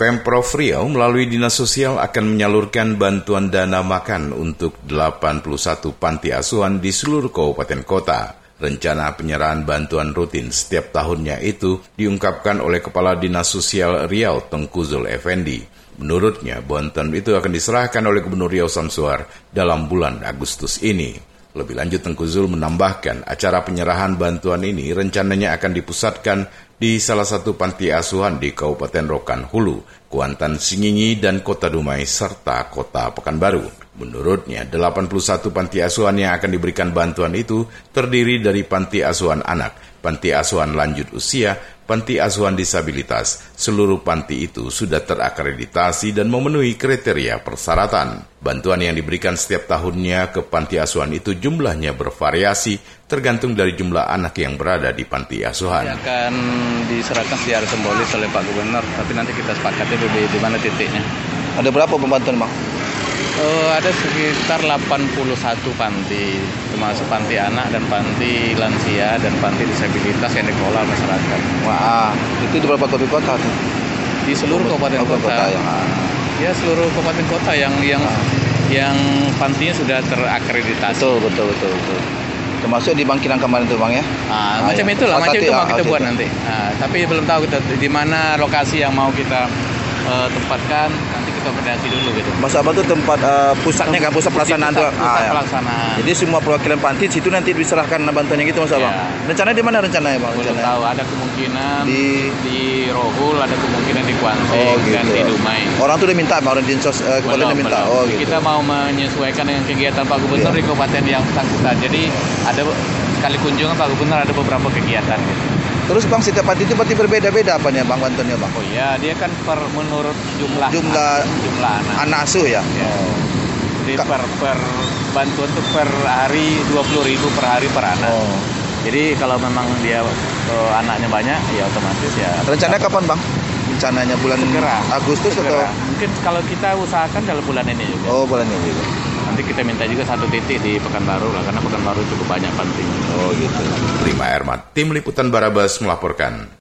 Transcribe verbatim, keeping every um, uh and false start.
Pemprov Riau melalui Dinas Sosial akan menyalurkan bantuan dana makan untuk delapan puluh satu panti asuhan di seluruh kabupaten kota. Rencana penyerahan bantuan rutin setiap tahunnya itu diungkapkan oleh Kepala Dinas Sosial Riau Tengku Zul Effendi. Menurutnya, bantuan itu akan diserahkan oleh Gubernur Riau Samsuar dalam bulan Agustus ini. Lebih lanjut, Tengku Zul menambahkan acara penyerahan bantuan ini rencananya akan dipusatkan di salah satu panti asuhan di Kabupaten Rokan Hulu, Kuantan Singingi, dan Kota Dumai, serta Kota Pekanbaru. Menurutnya, delapan puluh satu panti asuhan yang akan diberikan bantuan itu terdiri dari panti asuhan anak, panti asuhan lanjut usia, panti asuhan disabilitas. Seluruh panti itu sudah terakreditasi dan memenuhi kriteria persyaratan. Bantuan yang diberikan setiap tahunnya ke panti asuhan itu jumlahnya bervariasi tergantung dari jumlah anak yang berada di panti asuhan. Ini akan diserahkan secara simbolis oleh Pak Gubernur, tapi nanti kita sepakati di, di mana titiknya. Ada berapa pembantuan, Bang? Uh, ada sekitar delapan puluh satu panti, termasuk panti anak dan panti lansia dan panti disabilitas yang dikelola masyarakat. Wah, itu di beberapa kota kota tuh? Di seluruh kabupaten kota. kota yang, ya seluruh kabupaten kota yang yang ah. yang pantinya sudah terakreditasi. Betul betul betul betul. Termasuk di Bangkinang kemarin tuh, Bang ya? Ah, ah macam ya. itulah, macam itu mau kita buat nanti. Nah, tapi belum tahu kita di mana lokasi yang mau kita uh, tempatkan. Kita koordinasi dulu gitu. Mas Abah tuh tempat uh, pusatnya kan, pusat pelaksanaan tuh. Pusat, pusat ah, pelaksanaan. Ya. Jadi semua perwakilan panti situ nanti diserahkan bantuannya gitu, Mas Abah. Ya. Rencananya di mana rencananya, Bang? Belum tahu, ada kemungkinan di di Rohul, ada kemungkinan di Kuantan oh, gitu. Dan di Dumai. Orang tuh udah minta, Bang, orang dinsos uh, kepada udah minta. Belum. Oh, gitu. Kita mau menyesuaikan dengan kegiatan Pak Gubernur ya. Di kabupaten yang bersangkutan. Jadi ada sekali kunjungan Pak Gubernur ada beberapa kegiatan gitu. Terus Bang, setiap panti itu berarti berbeda-beda apa nih Bang bantuannya, Bang? Oh iya, dia kan per menurut jumlah jumlah jumlah anak. Anak asuh ya. ya. Oh. Jadi Ka per per bantuan itu per hari dua puluh ribu per hari per anak. Oh. Jadi kalau memang dia uh, anaknya banyak, ya otomatis ya. Rencananya kapan, Bang? Rencananya bulan segera. Agustus segera. atau? Mungkin kalau kita usahakan dalam bulan ini juga. Oh, bulan ini juga. Nanti kita minta juga satu titik di Pekanbaru lah, karena Pekanbaru cukup banyak panti. Oh gitu. Prima Ermat, Tim Liputan Barabas melaporkan.